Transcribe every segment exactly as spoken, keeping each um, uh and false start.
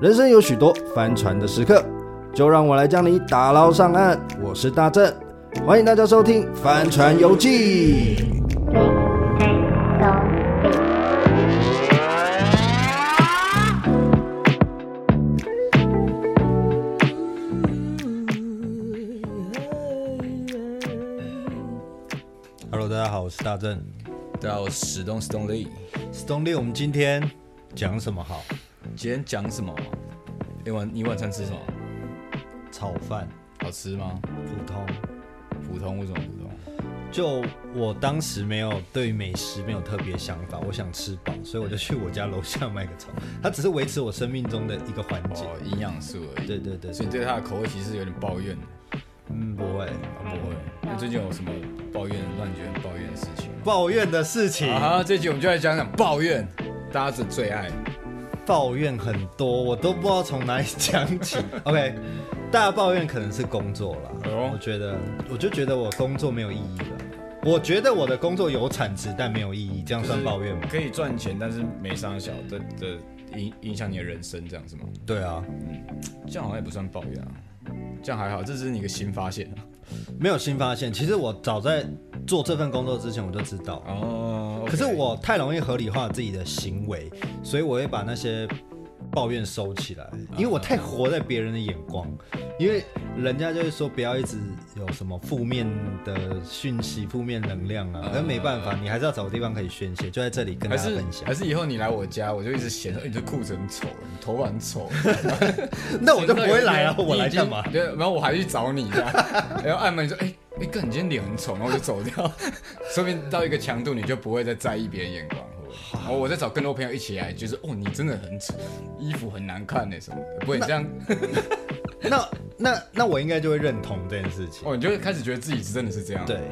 人生有许多帆船的时刻，就让我来将你打捞上岸。我是大正，欢迎大家收听《帆船游记》。Hello， 大家好，我是大正。 大家好，我是史东史东力。 史东力，我们今天讲什么好？ 今天讲什么？你晚你晚餐吃什么？ 炒饭。 好吃吗？ 普通。 普通？为什么普通？ 就我当时没有对于美食没有特别想法，我想吃饱，所以我就去我家楼下买个炒。它只是维持我生命中的一个环节， 哦，营养素而已。 对对对， 所以你对它的口味其实有点抱怨。 嗯，不会， 啊、不会。那最近有什么抱怨让你觉得抱怨的事情？ 抱怨的事情啊！这集我们就来讲讲抱怨，大家的最爱。 抱怨很多，我都不知道从哪里讲起。OK， 大家抱怨可能是工作啦。哦、我觉得，我就觉得我工作没有意义了。我觉得我的工作有产值，但没有意义，这样算抱怨吗？ 可以赚钱，但是没伤小的的影影响你的人生，这样是吗？ 对啊， 嗯，这样好像也不算抱怨啊。这样还好，这只是你一个新发现啊。 没有新发现，其实我早在做这份工作之前我就知道。 哦， okay、 可是我太容易合理化自己的行为，所以我会把那些抱怨收起来，因为我太活在别人的眼光。因为人家就会说不要一直有什么负面的讯息、负面能量啊，可是没办法，你还是要找个地方可以宣泄，就在这里跟大家分享。 还是以后你来我家，我就一直嫌，你这裤子很丑，你头发很丑， 那我就不会来了，我来干嘛？ 对，然后我还去找你，然后按门你说，哎、欸，哎、欸，哥，你今天脸很丑，然后我就走掉，说明到一个强度，你就不会再在意别人眼光。然后我再找更多朋友一起来，就是哦，你真的很丑，衣服很难看呢，什么的，不会这样。 那那那我应该就会认同这件事情。 哦，你就会开始觉得自己真的是这样。 对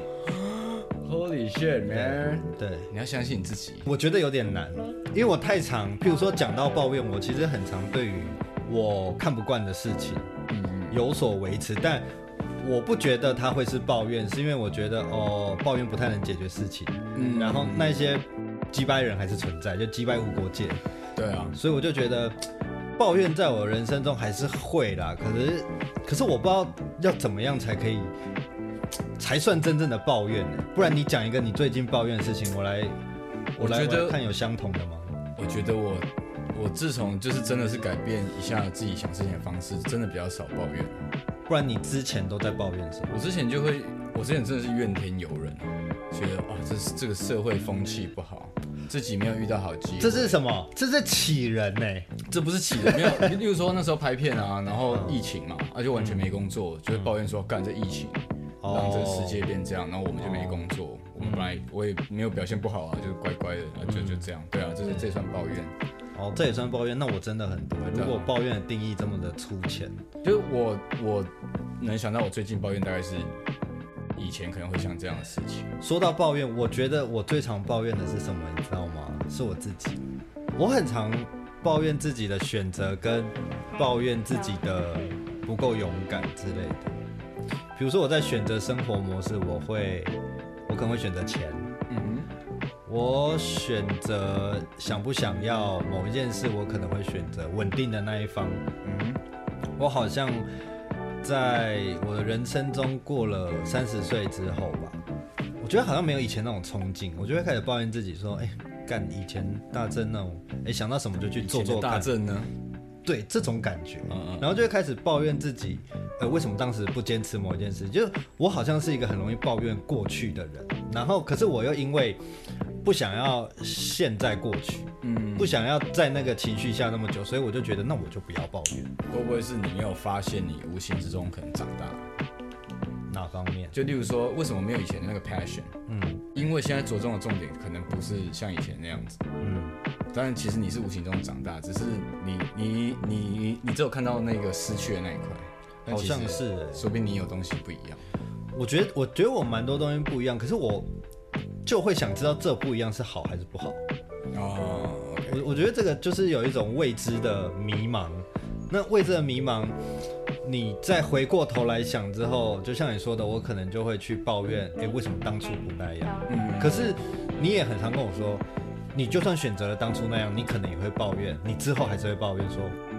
，Holy shit man！ 对，对你要相信你自己。 我觉得有点难，因为我太常，譬如说讲到抱怨，我其实很常对于我看不惯的事情有所维持，但我不觉得它会是抱怨，是因为我觉得哦，抱怨不太能解决事情。嗯，然后那些鸡掰人还是存在，就鸡掰无国界。 对啊， 所以我就觉得抱怨在我人生中还是会啦，可是可是我不知道要怎么样才可以才算真正的抱怨呢？不然你讲一个你最近抱怨的事情，我来我来我来看有相同的吗？ 我觉得我我自从就是真的是改变一下自己想事情的方式，真的比较少抱怨。 不然你之前都在抱怨什么？ 我之前就会，我之前真的是怨天尤人，觉得啊，这是这个社会风气不好，自己没有遇到好机会。 这是什么？这是杞人呢、欸？ 这不是杞人，没有。例如说那时候拍片啊，然后疫情嘛，而、啊、且完全没工作，就会抱怨说，干这疫情让这个世界变这样，然后我们就没工作。我们本来我也没有表现不好啊，就是乖乖的，啊、就就这样。对啊，这是这算抱怨。 哦，这也算抱怨？那我真的很多。如果抱怨的定义这么的粗浅， 就是我我能想到我最近抱怨大概是以前可能会像这样的事情。 说到抱怨，我觉得我最常抱怨的是什么，你知道吗？是我自己。我很常抱怨自己的选择，跟抱怨自己的不够勇敢之类的。比如说我在选择生活模式，我会，我可能会选择钱。嗯哼，我选择想不想要某一件事，我可能会选择稳定的那一方。嗯哼，我好像在我的人生中过了三十岁之后吧，我觉得好像没有以前那种冲劲，我就会开始抱怨自己说，哎、欸，干以前大正那种，哎、欸，想到什么就去做做看。 大正呢？ 对，这种感觉， 嗯嗯， 然后就会开始抱怨自己，呃，为什么当时不坚持某一件事？就是我好像是一个很容易抱怨过去的人，然后可是我又因为不想要陷在过去，嗯，不想要在那个情绪下那么久，所以我就觉得那我就不要抱怨。 会不会是你没有发现你无形之中可能长大？ 哪方面？ 就例如说，为什么没有以前的那个 passion？ 嗯，因为现在着重的重点可能不是像以前那样子，嗯。当然，其实你是无形中长大，只是你你你你你只有看到那个失去的那一块， 好像是、欸， 说不定你有东西不一样。 我觉得我觉得我蛮多东西不一样，可是我就会想知道这不一样是好还是不好。 哦， okay. 我我觉得这个就是有一种未知的迷茫。那未知的迷茫，你再回过头来想之后，就像你说的，我可能就会去抱怨，哎、欸，为什么当初不那样？嗯，可是你也很常跟我说。你就算选择了当初那样，你可能也会抱怨，你之后还是会抱怨说，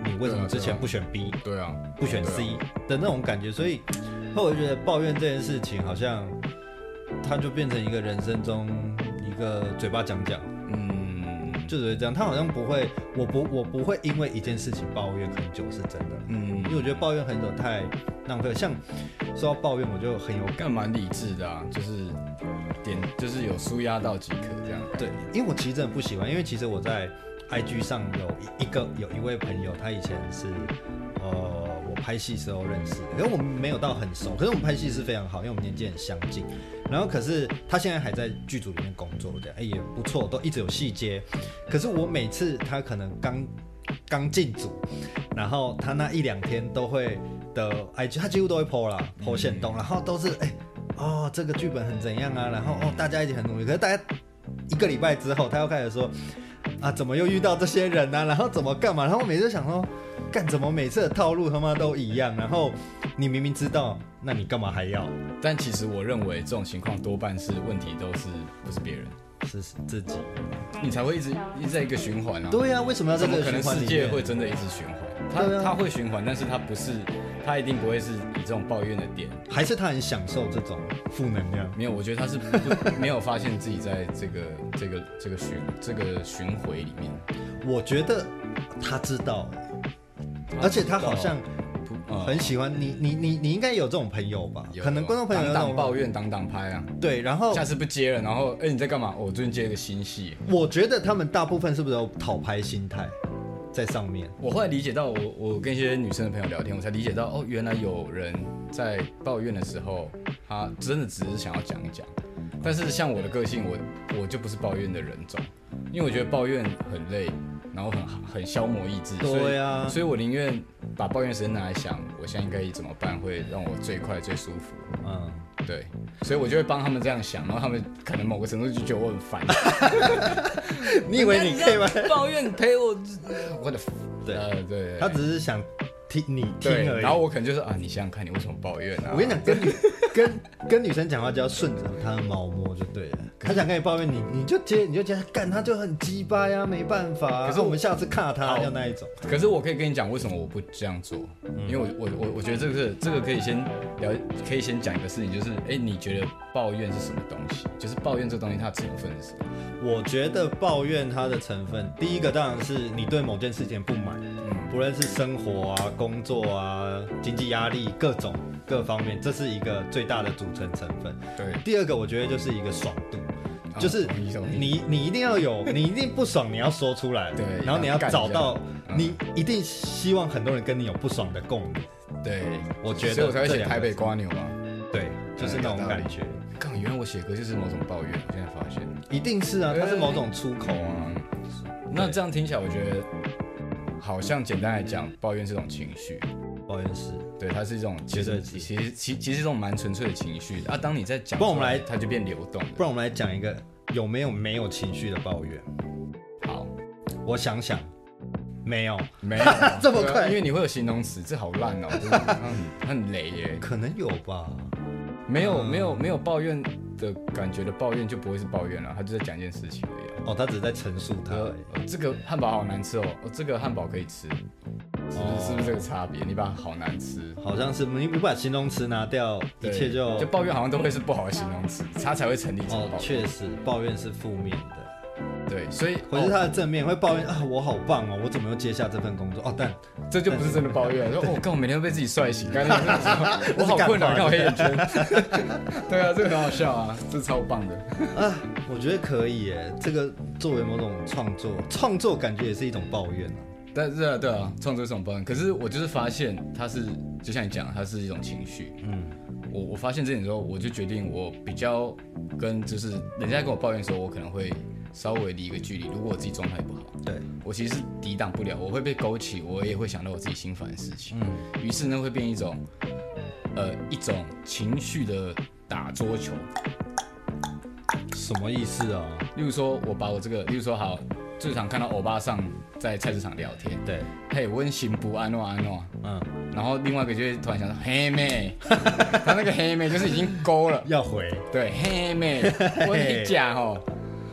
你为什么之前不选 B？ 对啊， 不选 C 的那种感觉，所以后我就觉得抱怨这件事情好像它就变成一个人生中一个嘴巴讲讲，嗯，就是这样。他好像不会，我不我不会因为一件事情抱怨很久，是真的，嗯，因为我觉得抱怨很久太浪费。像说到抱怨，我就很有感， 蛮理智的啊，就是点就是有抒压到即可这样。 对，因为我其实真的不喜欢，因为其实我在 I G 上有一个有一位朋友，他以前是呃我拍戏时候认识的，可是我们没有到很熟，可是我们拍戏是非常好，因为我们年纪很相近。然后可是他现在还在剧组里面工作，这样哎也不错，都一直有戏接。可是我每次他可能刚刚进组，然后他那一两天都会的 I G， 他几乎都会 po 啦 ，po 限动，然后都是哎哦这个剧本很怎样啊，然后哦大家一起很努力，可是大家一个礼拜之后，他又开始说。啊，怎么又遇到这些人啊？然后怎么干嘛？然后我每次想说，干怎么每次的套路他妈都一样？然后你明明知道，那你干嘛还要？ 但其实我认为这种情况多半是问题都是不是别人， 是自己， 你才会一直一直在一个循环啊。 对啊，为什么要在这个循环里面？ 怎么可能世界会真的一直循环？它、啊、它会循环，但是它不是，它一定不会是以这种抱怨的点， 还是他很享受这种负能量？ 没有，我觉得他是不没有发现自己在这个这个这个循这个巡回里面。 我觉得他知道，而且他好像很喜欢你，你你你应该有这种朋友吧？可能观众朋友有当当抱怨，当当拍啊。 对，然后下次不接了，然后哎、欸、你在干嘛？我最近接了个新戏。 我觉得他们大部分是不是有讨拍心态？在上面， 我后来理解到我，我我跟一些女生的朋友聊天，我才理解到，哦，原来有人在抱怨的时候，他真的只是想要讲一讲。但是像我的个性，我我就不是抱怨的人种，因为我觉得抱怨很累，然后很很消磨意志。 对啊， 所以我宁愿把抱怨时间拿来想，我现在应该怎么办会让我最快最舒服。嗯。对，所以我就会帮他们这样想，然后他们可能某个程度就觉得我很烦。 你以为你可以吗？ 抱怨陪我，我的对、 呃、对， 他只是想听你听而已。 然后我可能就是啊，你想想看，你为什么抱怨啊？ 我跟你讲，跟女跟跟女生讲话就要顺着她的毛摸就对了。她想跟你抱怨，你你就接你就接，干她就很鸡巴呀，没办法、啊。可是我们下次看她要那一种。 可是我可以跟你讲为什么我不这样做，嗯、因为我我我我觉得这个是这个可以先聊，可以先讲一个事情，就是哎，你觉得抱怨是什么东西？就是抱怨这个东西它的成分是什么？ 我觉得抱怨它的成分，第一个当然是你对某件事情不满，嗯、不论是生活啊、工作啊、经济压力各种各方面，这是一个最大的组成成分。 对。 第二个我觉得就是一个爽度。就是你，你一定要有，你一定不爽，你要说出来， 对， 然后你要找到，你一定希望很多人跟你有不爽的共鸣， 对， 我觉得， 所以我才会写台北瓜牛嘛， 对，就是那种感觉。 刚原来我写歌就是某种抱怨，我现在发现， 一定是啊，它是某种出口啊。 那这样听起来，我觉得好像简单来讲，抱怨这种情绪。 抱怨是， 对，它是一种，其实其实其其实是一种蛮纯粹的情绪啊。当你在讲， 不然我们来， 它就变流动。 不然我们来讲一个有没有没有情绪的抱怨。 好， 我想想，没有， 没有这么快， 因为你会有形容词，这好烂哦，真的很很雷耶。 可能有吧， 没有、嗯、没有没有抱怨的感觉的抱怨就不会是抱怨了，他就在讲一件事情而已。 哦，他只是在陈述他、呃呃。这个汉堡好难吃哦，哦这个汉堡可以吃。是不是，是不是这个差别？你把好难吃， 好像是你把形容词拿掉，一切就就抱怨好像都会是不好的形容词，它才会成立。 哦，确实，抱怨是负面的。 对，所以或是他的正面会抱怨啊，我好棒哦，我怎么又接下这份工作？哦，但这就不是真的抱怨。说我干，我每天都被自己帅醒，刚刚我好困扰，看我黑眼圈。对啊，这个很好笑啊，这超棒的啊，我觉得可以耶。这个作为某种创作，创作感觉也是一种抱怨啊。 但是啊，对啊，创作是一种抱怨。可是我就是发现，它是就像你讲，它是一种情绪。嗯，我我发现这点之后，我就决定我比较跟就是人家跟我抱怨的时候，我可能会稍微离一个距离。如果我自己状态不好， 对我其实抵挡不了，我会被勾起，我也会想到我自己心烦的事情。嗯，于是呢，会变一种呃一种情绪的打桌球。 什么意思啊？ 例如说，我把我这个，例如说好。最常看到欧巴桑在菜市场聊天， 对， 嘿，我新妇安诺安诺，嗯，然后另外一个就会突然想到黑妹，他那个黑妹就是已经勾了， 要回， 对，黑妹，我一讲吼，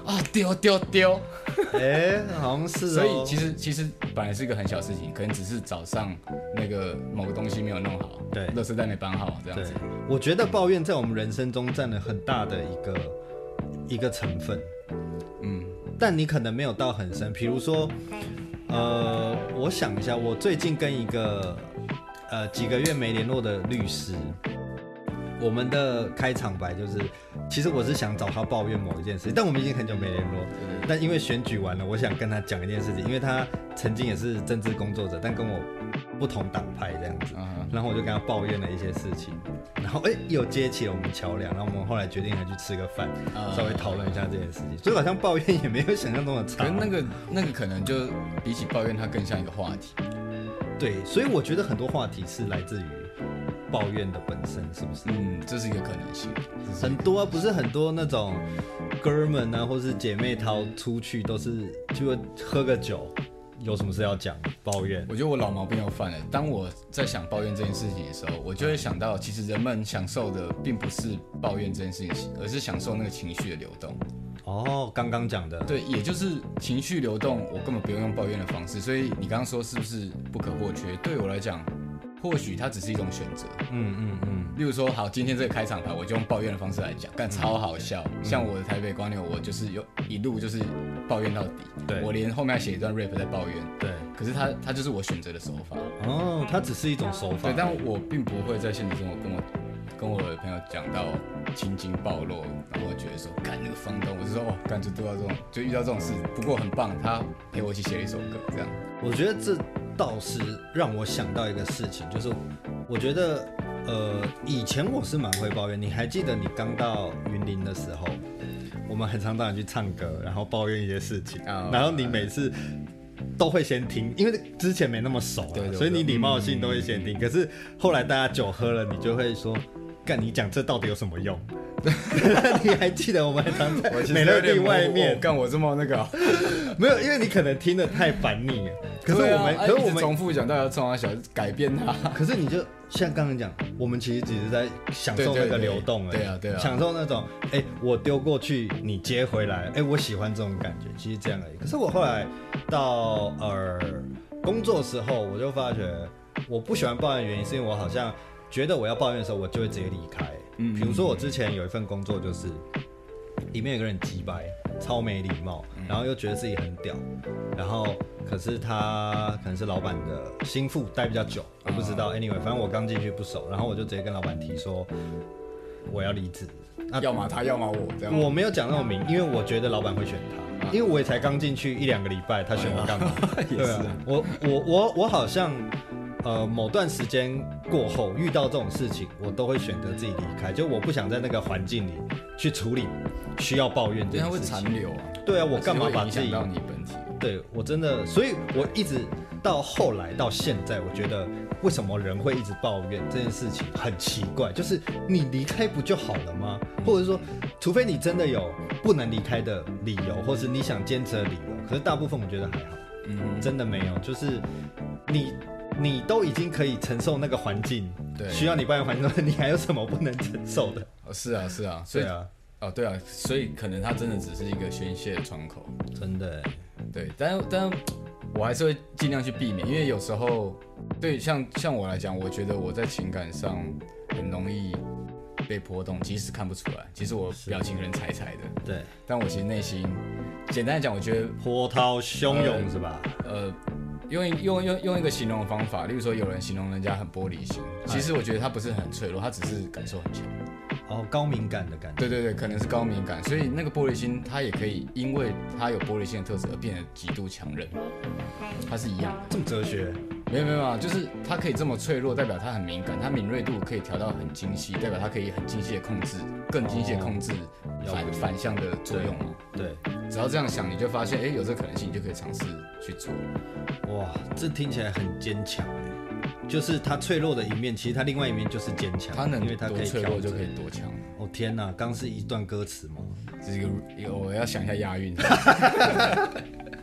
啊丢丢丢， 哎、欸，好像是哦。 所以其实其实本来是一个很小事情，可能只是早上那个某个东西没有弄好， 对， 垃圾袋没绑好这样子。 我觉得抱怨在我们人生中占了很大的一个一个成分，嗯，但你可能没有到很深。比如说，呃，我想一下，我最近跟一个呃几个月没联络的律师。我们的开场白就是，其实我是想找他抱怨某一件事，但我们已经很久没联络。但因为选举完了，我想跟他讲一件事情，因为他曾经也是政治工作者，但跟我不同党派这样子。然后我就跟他抱怨了一些事情，然后哎、欸，又接起了我们桥梁。然后我们后来决定还去吃个饭，稍微讨论一下这件事情。所以好像抱怨也没有想象中的差。 可是那个那个可能就比起抱怨，它更像一个话题。 对，所以我觉得很多话题是来自于抱怨的本身，是不是？ 嗯，这是一个可能性。 很多啊，不是很多那种哥们啊，或是姐妹淘出去都是就喝个酒，有什么事要讲抱怨。 我觉得我老毛病又犯了。当我在想抱怨这件事情的时候，我就会想到，其实人们享受的并不是抱怨这件事情，而是享受那个情绪的流动。 哦，刚刚讲的， 对，也就是情绪流动，我根本不用用抱怨的方式。所以你刚刚说是不是不可或缺？对我来讲，或许它只是一种选择。嗯嗯嗯。例如说，好，今天这个开场白，我就用抱怨的方式来讲，干超好笑。嗯、像我的台北光牛，我就是有一路就是抱怨到底。对，我连后面还写一段 rap 在抱怨。对，可是它它就是我选择的手法。 哦，它只是一种手法。 对，但我并不会在现实中跟我跟我的朋友讲到青筋暴露，然后我觉得说，干那个房东，我就说哦，干就遇到这种，就遇到这种事。不过很棒，他陪我一起写了一首歌，这样。 我觉得这倒是让我想到一个事情，就是我觉得，呃，以前我是蛮会抱怨。你还记得你刚到云林的时候，我们很常带你去唱歌，然后抱怨一些事情， oh, 然后你每次都会先听，因为之前没那么熟、啊，对对对，所以你礼貌性都会先听。嗯、可是后来大家酒喝了，你就会说，干，你讲这到底有什么用？你还记得我们很常在美乐蒂外面干、哦、我这么那个、啊， 没有，因为你可能听得太烦你了。可是我们， 啊、可是我们重复讲，到底要冲他小改变他。 可是你就像刚刚讲，我们其实只是在享受那个流动而已， 对啊对啊， 享受那种，哎、欸，我丢过去，你接回来，哎、欸，我喜欢这种感觉，其实这样而已。可是我后来到呃工作的时候，我就发觉我不喜欢抱怨的原因，是因为我好像觉得我要抱怨的时候，我就会直接离开。嗯，比如说我之前有一份工作，就是里面有个人很鸡掰，超没礼貌，然后又觉得自己很屌，然后可是他可能是老板的心腹，待比较久，我不知道。Anyway， 反正我刚进去不熟，然后我就直接跟老板提说我要离职。 啊、要么他，要么我，这样。 我没有讲那么明，因为我觉得老板会选他，因为我也才刚进去一两个礼拜，他选我干嘛？ 也是、啊， 我我我我好像。呃，某段时间过后遇到这种事情，我都会选择自己离开，就我不想在那个环境里去处理需要抱怨这件事情。 它会残留啊。 对啊，我干嘛把自己影响到你本体？ 对，我真的，所以我一直到后来到现在，我觉得为什么人会一直抱怨这件事情很奇怪，就是你离开不就好了吗？嗯、或者说，除非你真的有不能离开的理由，或是你想坚持的理由，可是大部分我觉得还好，嗯，真的没有，就是你。你都已经可以承受那个环境，对，需要你抱怨环境，你还有什么不能承受的？ 哦，是啊，是啊，所以啊，哦，对啊，所以可能它真的只是一个宣泄的窗口， 真的， 对，但但我还是会尽量去避免，因为有时候，对，像像我来讲，我觉得我在情感上很容易被波动，即使看不出来，其实我表情人踩踩的， 对， 但我其实内心，简单来讲，我觉得波涛汹涌、呃、是吧？ 呃。用用用用一个形容的方法，例如说有人形容人家很玻璃心，其实我觉得他不是很脆弱，他只是感受很强。 哦，高敏感的感觉。 对对对，可能是高敏感，所以那个玻璃心，他也可以因为他有玻璃心的特质而变得极度强韧，他是一样的。 这么哲学？ 没有没有啊，就是他可以这么脆弱，代表他很敏感，他敏锐度可以调到很精细，代表他可以很精细的控制，更精细的控制反、哦、反向的作用嘛。 对， 只要这样想，你就发现，哎，有这个可能性，你就可以尝试去做。 哇，这听起来很坚强哎，就是他脆弱的一面，其实他另外一面就是坚强。 他能因为他可以脆弱就可以多强。 哦天哪，刚是一段歌词吗？ 这是一个，我要想一下押韵。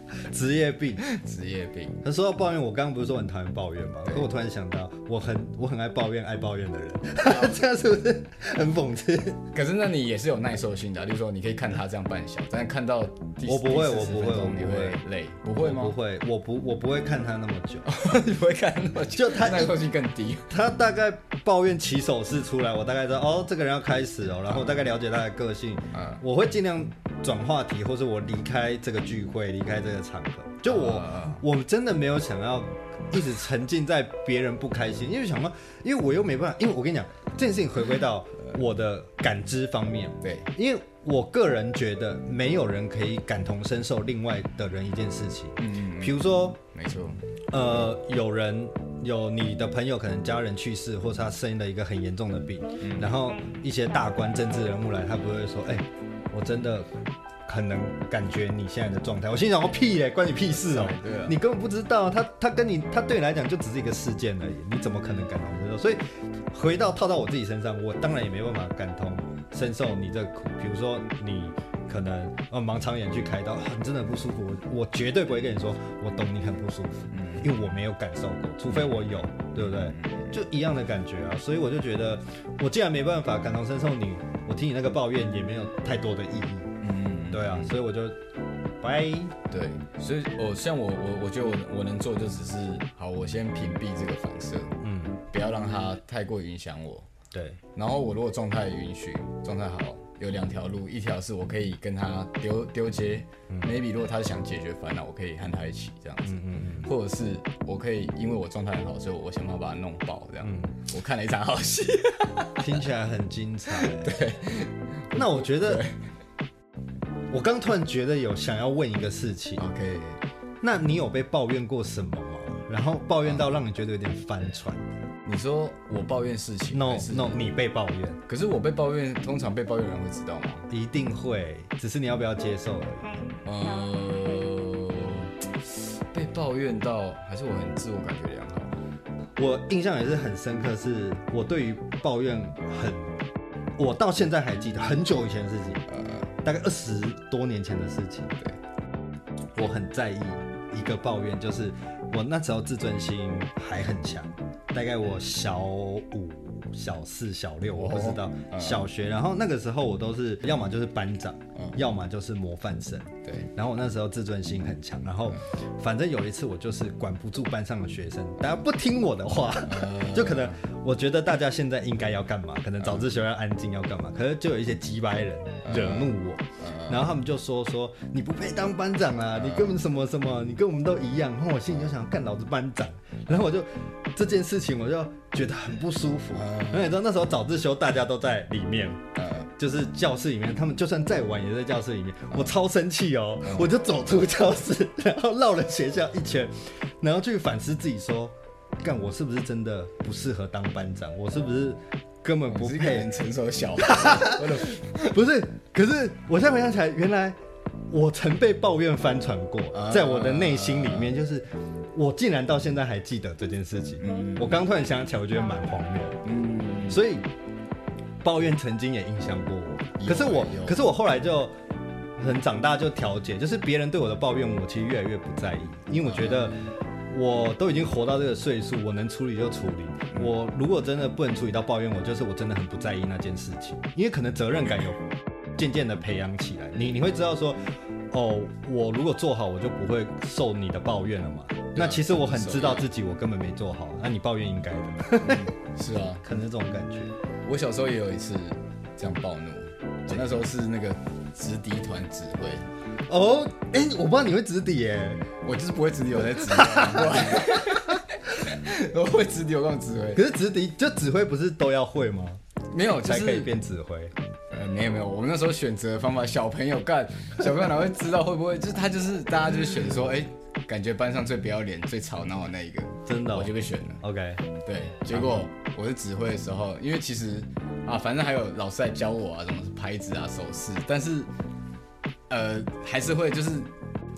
职业病， 职业病。 他说到抱怨，我刚刚不是说很讨厌抱怨吗？可我突然想到，我很我很爱抱怨爱抱怨的人，这样是不是很讽刺？ 可是那你也是有耐受性的、啊，例如说你可以看他这样半小，但是看到第我不会，我不会，我你不会累，不会吗？ 不会，我不我不会看他那么久， 你不会看那么久， 就他耐受性更低。 他大概抱怨起手式出来，我大概知道哦，这个人要开始哦，然后大概了解他的个性，嗯、我会尽量转话题，或者我离开这个聚会，离开这个场合。就我、嗯、我真的没有想要一直沉浸在别人不开心，因为想到，因为我又没办法，因为我跟你讲，这件事情回归到我的感知方面， 对， 因为我个人觉得没有人可以感同身受另外的人一件事情，嗯嗯，比如说， 没错， 呃，有人。有你的朋友可能家人去世，或是他生了一个很严重的病，嗯、然后一些大官政治人物来，他不会说，哎、欸，我真的可能感觉你现在的状态，我心想，我屁嘞，关你屁事哦、喔， 对啊， 你根本不知道，他他跟你他对你来讲就只是一个事件而已，你怎么可能感同身受？所以回到套到我自己身上，我当然也没办法感同身受你这个苦，比如说你。可能呃盲肠炎去开刀，你真的很不舒服，我我绝对不会跟你说我懂你很不舒服，嗯，因为我没有感受过，除非我有，对不对？就一样的感觉啊，所以我就觉得，我既然没办法感同身受你，我听你那个抱怨也没有太多的意义，嗯，对啊，所以我就拜。 对，所以我、哦、像我我我觉得我我能做就只是好，我先屏蔽这个反射，嗯，不要让它太过影响我， 对， 然后我如果状态允许，状态好。有两条路，一条是我可以跟他丢丢接、嗯、，maybe 如果他是想解决烦恼，我可以和他一起这样子，嗯嗯嗯，或者是我可以因为我状态很好，所以我想办法把他弄爆这样。嗯、我看了一场好戏， 听起来很精彩。 对， 那我觉得，我刚突然觉得有想要问一个事情。 OK， 那你有被抱怨过什么吗？然后抱怨到让你觉得有点翻船？ 你说我抱怨事情 ？No No， 你被抱怨。 可是我被抱怨，通常被抱怨的人会知道吗？ 一定会，只是你要不要接受而已。 呃，被抱怨到，还是我很自我感觉良好？ 我印象也是很深刻，是我对于抱怨很，我到现在还记得很久以前的事情，呃，大概二十多年前的事情。对，我很在意一个抱怨，就是我那时候自尊心还很强。大概我小五、小四、小六，我不知道、哦、小学，然后那个时候我都是要么就是班长，嗯、要么就是模范生。 对， 然后我那时候自尊心很强，然后反正有一次我就是管不住班上的学生，大家不听我的话，嗯、就可能我觉得大家现在应该要干嘛，可能早自修要安静要干嘛，可是就有一些鸡掰人惹怒我，嗯、然后他们就说说你不配当班长啊，你根本什么什么，你跟我们都一样，然后我心里就想干老子班长，然后我就这件事情我就觉得很不舒服，然后你知道那时候早自修大家都在里面，就是教室里面，他们就算再晚也在教室里面，我超生气哦，我就走出教室，然后绕了学校一圈，然后去反思自己说，干我是不是真的不适合当班长，我是不是根本不配？ 很成熟小孩， 不是，可是我现在回想起来，原来我曾被抱怨翻船过，在我的内心里面，就是我竟然到现在还记得这件事情。嗯、我刚突然想起来，我觉得蛮荒谬。嗯，所以抱怨曾经也影响过我。可是我，可是我后来就很长大，就调节，就是别人对我的抱怨，我其实越来越不在意，因为我觉得我都已经活到这个岁数，我能处理就处理。我如果真的不能处理到抱怨，我就是我真的很不在意那件事情，因为可能责任感有渐渐的培养起来，你你会知道说，哦，我如果做好，我就不会受你的抱怨了嘛。那其实我很知道自己我根本没做好，那你抱怨应该的。 嗯、是啊， 可能这种感觉。 我小时候也有一次这样暴怒，我那时候是那个直敌团指挥。 哦，哎、欸，我不知道你会直敌耶， 我就是不会直敌，我在指挥。我会直敌，我干嘛指挥？ 可是直敌就指挥不是都要会吗？ 没有，就是、 才可以变指挥。 呃，没有没有，我们那时候选择的方法，小朋友干，小朋友哪会知道会不会？就是他就是大家就是选说，哎、欸，感觉班上最不要脸、最吵闹的那一个， 真的、哦， 我就被选了。 OK， 对，结果我是指挥的时候，因为其实啊，反正还有老师来教我啊，什么拍子啊、手势，但是呃，还是会就是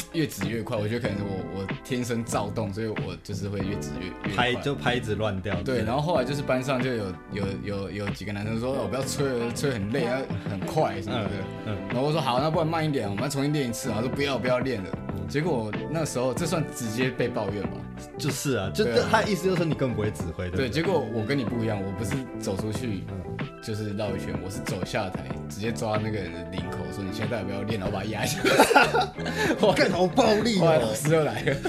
越指越快。我觉得可能我我天生躁动，所以我就是会越指越越快， 拍就拍子乱掉。 对，然后后来就是班上就有有有有几个男生说，我、哦、不要吹了，吹很累，要很快什么的。嗯嗯、然后我说好，那不然慢一点，我们要重新练一次。他说不要不要练了。结果我那时候这算直接被抱怨吧？ 就是啊，就他的意思就是说你根本不会指挥，对不对？ 对，结果我跟你不一样，我不是走出去。就是绕一圈，我是走下台，直接抓那个人的领口，说你现在到底要不要练，然后把他压下来。 哇，更好暴力哦！ 老师又来了。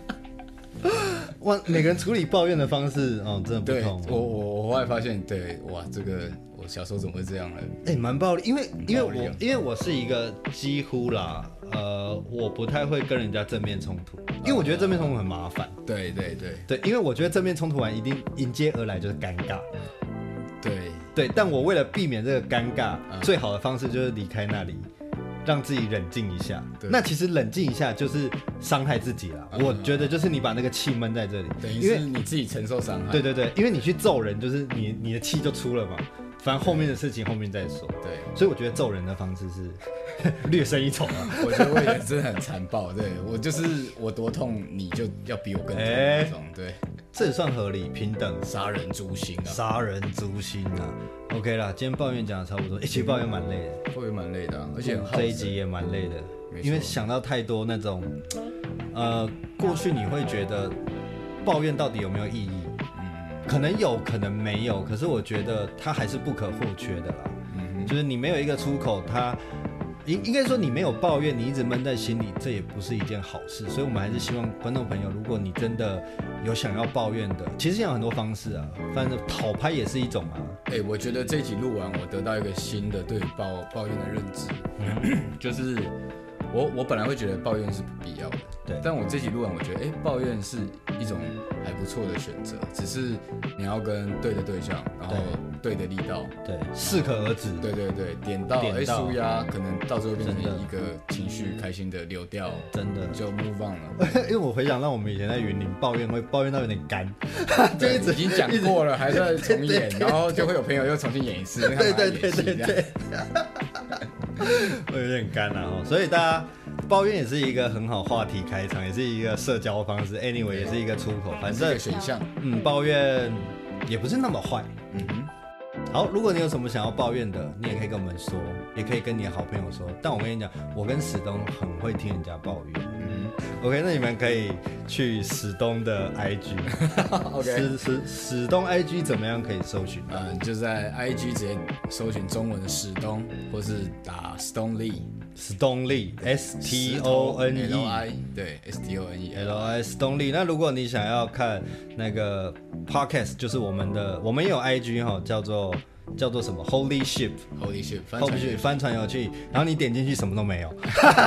哇，每个人处理抱怨的方式哦，真的不同、哦。 我我我后来发现，对，哇，这个我小时候怎么会这样呢？ 哎、欸，蛮暴力，因为因为我因为我是一个几乎啦，呃，我不太会跟人家正面冲突，因为我觉得正面冲突很麻烦。 呃、对对对对，因为我觉得正面冲突完一定迎接而来就是尴尬。 对对，但我为了避免这个尴尬，嗯、最好的方式就是离开那里，让自己冷静一下。那其实冷静一下就是伤害自己啦。嗯、我觉得就是你把那个气闷在这里， 等于是你自己承受伤害。 对对对，因为你去揍人，就是你你的气就出了嘛。反正后面的事情后面再说。 对， 所以我觉得揍人的方式是略胜一筹啊。 我觉得我也真的很残暴，对我就是我多痛，你就要比我更痛那种。欸、对， 这也算合理，平等， 杀人诛心啊， 杀人诛心啊。OK 啦，今天抱怨讲的差不多，欸、其实抱怨蛮累的， 抱怨蛮累的、啊，而且很这一集也蛮累的，因为想到太多那种，呃，过去你会觉得抱怨到底有没有意义？可能有可能没有，可是我觉得它还是不可或缺的啦。嗯，就是你没有一个出口，它应应该说你没有抱怨，你一直闷在心里，这也不是一件好事。所以我们还是希望观众朋友，如果你真的有想要抱怨的，其实有很多方式啊，反正讨拍也是一种啊。 哎、欸，我觉得这一集录完，我得到一个新的对抱抱怨的认知，嗯、就是我我本来会觉得抱怨是不必要的， 对， 但我这集录完，我觉得哎、欸，抱怨是一种还不错的选择，只是你要跟对的对象，然后对的力道， 对，适可而止， 对对对，点到哎舒压，可能到最后变成一个情绪开心的流调， 真的就 move on 了。 因为我回想到我们以前在云林抱怨，会抱怨到有点干， 就一直已经讲过了，还在重演，然后就会有朋友又重新演一次， 对对对对对，会有点干啊，所以大家。抱怨也是一个很好话题开场，也是一个社交方式 ，anyway 也是一个出口，反正选项， 嗯，抱怨也不是那么坏，嗯哼。好，如果你有什么想要抱怨的，你也可以跟我们说，也可以跟你的好朋友说。但我跟你讲，我跟史东很会听人家抱怨。嗯 ，OK， 那你们可以去史东的 I G，OK， 史史史东 I G 怎么样可以搜寻？ 嗯，就在 I G 直接搜寻中文的史东，或是打 Stone Lee。Stone Lee S T O N E L I 对 S T O N E L I Stone Lee。那如果你想要看那个 podcast， 就是我们的，我们也有 I G 哈，叫做叫做什么 Holy Ship Holy Ship Holy Ship 帆船游记，然后你点进去什么都没有。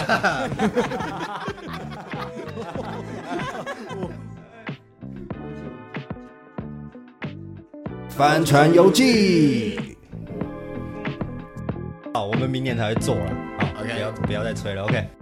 帆船游记。好，我们明年才会做了。好 ，OK， 不要不要再吹了 ，OK。